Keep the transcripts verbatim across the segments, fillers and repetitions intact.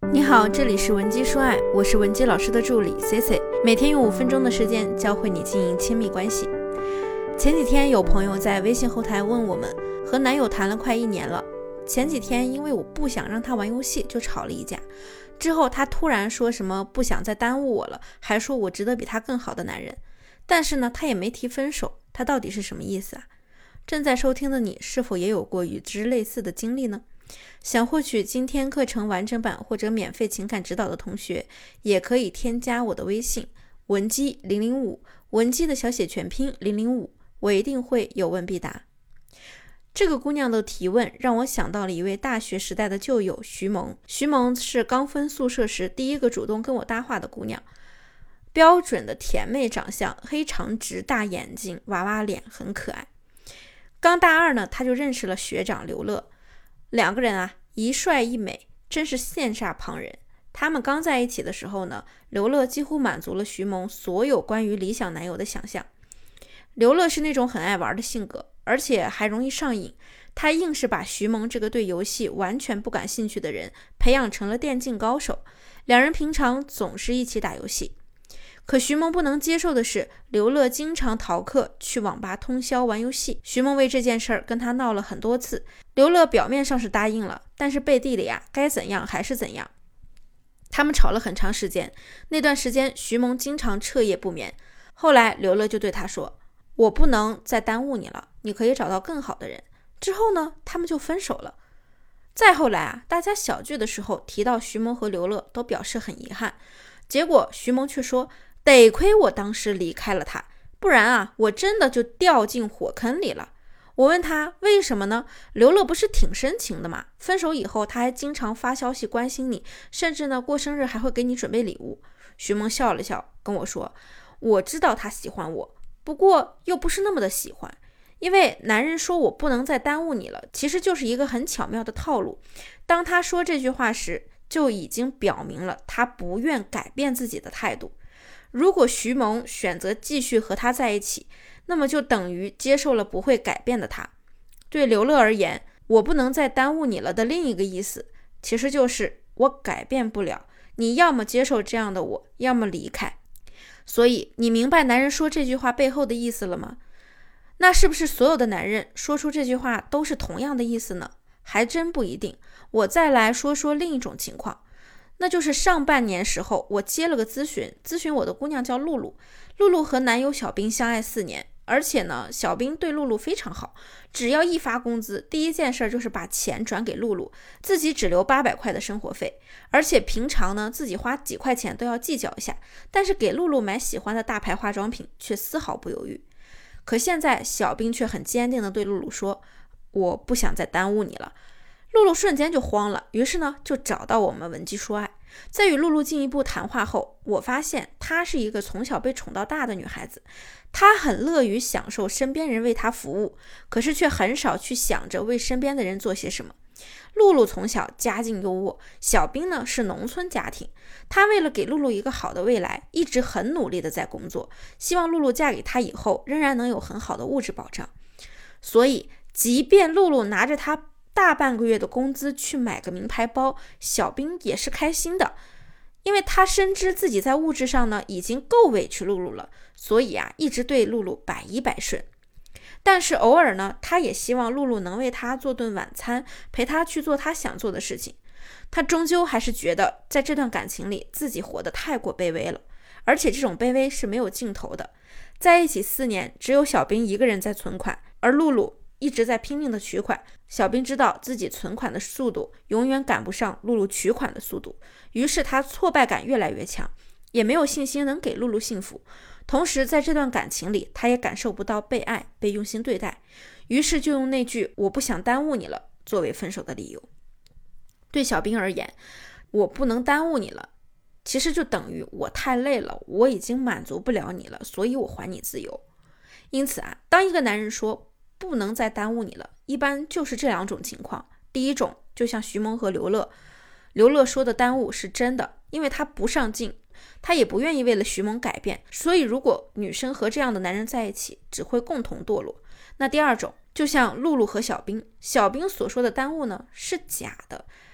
你好，这里是文姬说爱，我是文姬老师的助理 C C， 每天用五分钟的时间教会你经营亲密关系。前几天有朋友在微信后台问我们，和男友谈了快一年了，前几天因为我不想让他玩游戏就吵了一架，之后他突然说什么不想再耽误我了，还说我值得比他更好的男人，但是呢他也没提分手，他到底是什么意思啊？正在收听的你是否也有过与之类似的经历呢？想获取今天课程完整版或者免费情感指导的同学，也可以添加我的微信文姬零零五，文姬的小写全拼零零五，我一定会有问必答。这个姑娘的提问让我想到了一位大学时代的旧友徐萌。徐萌是刚分宿舍时第一个主动跟我搭话的姑娘，标准的甜妹长相，黑长直大眼睛，娃娃脸，很可爱。刚大二呢，她就认识了学长刘乐，两个人啊，一帅一美，真是羡煞旁人。他们刚在一起的时候呢，刘乐几乎满足了徐萌所有关于理想男友的想象。刘乐是那种很爱玩的性格，而且还容易上瘾，他硬是把徐萌这个对游戏完全不感兴趣的人培养成了电竞高手，两人平常总是一起打游戏。可徐萌不能接受的是，刘乐经常逃课去网吧通宵玩游戏。徐萌为这件事儿跟他闹了很多次，刘乐表面上是答应了，但是背地里啊，该怎样还是怎样。他们吵了很长时间，那段时间徐萌经常彻夜不眠。后来刘乐就对他说，我不能再耽误你了，你可以找到更好的人。之后呢，他们就分手了。再后来啊，大家小聚的时候提到徐萌和刘乐，都表示很遗憾。结果徐萌却说，得亏我当时离开了他，不然啊，我真的就掉进火坑里了。我问他为什么呢？刘乐不是挺深情的吗？分手以后他还经常发消息关心你，甚至呢过生日还会给你准备礼物。徐萌笑了笑跟我说，我知道他喜欢我，不过又不是那么的喜欢。因为男人说我不能再耽误你了，其实就是一个很巧妙的套路。当他说这句话时，就已经表明了他不愿改变自己的态度。如果徐萌选择继续和他在一起，那么就等于接受了不会改变的他。对刘乐而言，我不能再耽误你了的另一个意思，其实就是我改变不了，你要么接受这样的我，要么离开。所以你明白男人说这句话背后的意思了吗？那是不是所有的男人说出这句话都是同样的意思呢？还真不一定。我再来说说另一种情况，那就是上半年时候我接了个咨询，咨询我的姑娘叫露露。露露和男友小兵相爱四年，而且呢，小兵对露露非常好，只要一发工资，第一件事就是把钱转给露露，自己只留八百块的生活费，而且平常呢自己花几块钱都要计较一下，但是给露露买喜欢的大牌化妆品却丝毫不犹豫。可现在小兵却很坚定地对露露说，我不想再耽误你了。露露瞬间就慌了，于是呢就找到我们文姬说爱。在与露露进一步谈话后，我发现她是一个从小被宠到大的女孩子，她很乐于享受身边人为她服务，可是却很少去想着为身边的人做些什么。露露从小家境优渥，小兵呢是农村家庭，他为了给露露一个好的未来，一直很努力的在工作，希望露露嫁给他以后仍然能有很好的物质保障。所以即便露露拿着他大半个月的工资去买个名牌包，小兵也是开心的，因为他深知自己在物质上呢已经够委屈露露了，所以啊一直对露露百依百顺。但是偶尔呢，他也希望露露能为他做顿晚餐，陪他去做他想做的事情。他终究还是觉得在这段感情里自己活得太过卑微了，而且这种卑微是没有尽头的。在一起四年，只有小兵一个人在存款，而露露一直在拼命的取款。小兵知道自己存款的速度永远赶不上露露取款的速度，于是他挫败感越来越强，也没有信心能给露露幸福。同时在这段感情里，他也感受不到被爱，被用心对待，于是就用那句我不想耽误你了作为分手的理由。对小兵而言，我不能耽误你了，其实就等于我太累了，我已经满足不了你了，所以我还你自由。因此啊，当一个男人说不能再耽误你了，一般就是这两种情况。第一种就像徐萌和刘乐，刘乐说的耽误是真的，因为他不上进，他也不愿意为了徐萌改变，所以如果女生和这样的男人在一起，只会共同堕落。那第二种就像露露和小兵，小兵所说的耽误呢是假的，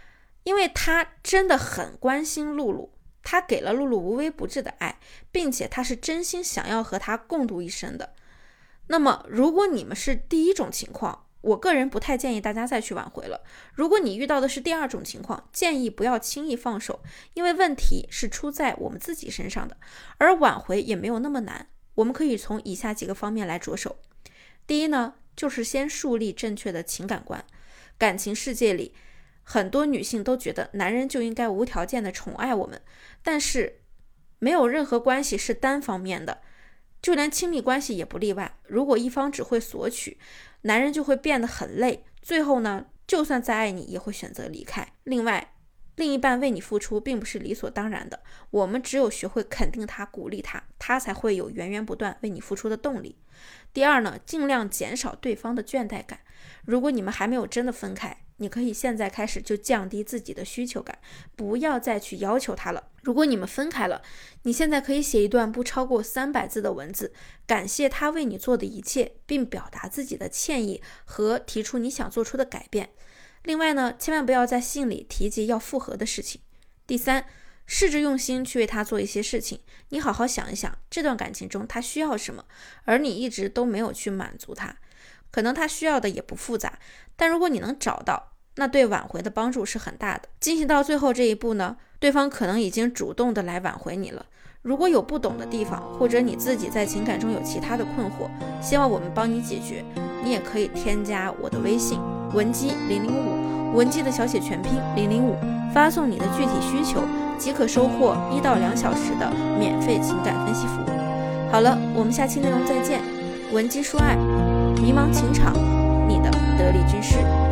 因为他真的很关心露露，他给了露露无微不至的爱，并且他是真心想要和他共度一生的。那么如果你们是第一种情况，我个人不太建议大家再去挽回了。如果你遇到的是第二种情况，建议不要轻易放手，因为问题是出在我们自己身上的，而挽回也没有那么难。我们可以从以下几个方面来着手。第一呢，就是先树立正确的情感观。感情世界里，很多女性都觉得男人就应该无条件的宠爱我们，但是没有任何关系是单方面的，就连亲密关系也不例外。如果一方只会索取，男人就会变得很累，最后呢，就算再爱你也会选择离开。另外，另一半为你付出并不是理所当然的，我们只有学会肯定他，鼓励他，他才会有源源不断为你付出的动力。第二呢，尽量减少对方的倦怠感。如果你们还没有真的分开，你可以现在开始就降低自己的需求感，不要再去要求他了。如果你们分开了，你现在可以写一段不超过三百字的文字，感谢他为你做的一切，并表达自己的歉意和提出你想做出的改变。另外呢，千万不要在信里提及要复合的事情。第三，试着用心去为他做一些事情，你好好想一想，这段感情中他需要什么，而你一直都没有去满足他。可能他需要的也不复杂，但如果你能找到，那对挽回的帮助是很大的。进行到最后这一步呢，对方可能已经主动的来挽回你了。如果有不懂的地方，或者你自己在情感中有其他的困惑，希望我们帮你解决，你也可以添加我的微信文姬零零五，文姬的小写全拼零零五，发送你的具体需求，即可收获一到两小时的免费情感分析服务。好了，我们下期内容再见。文姬说爱，迷茫情场，你的得力军师。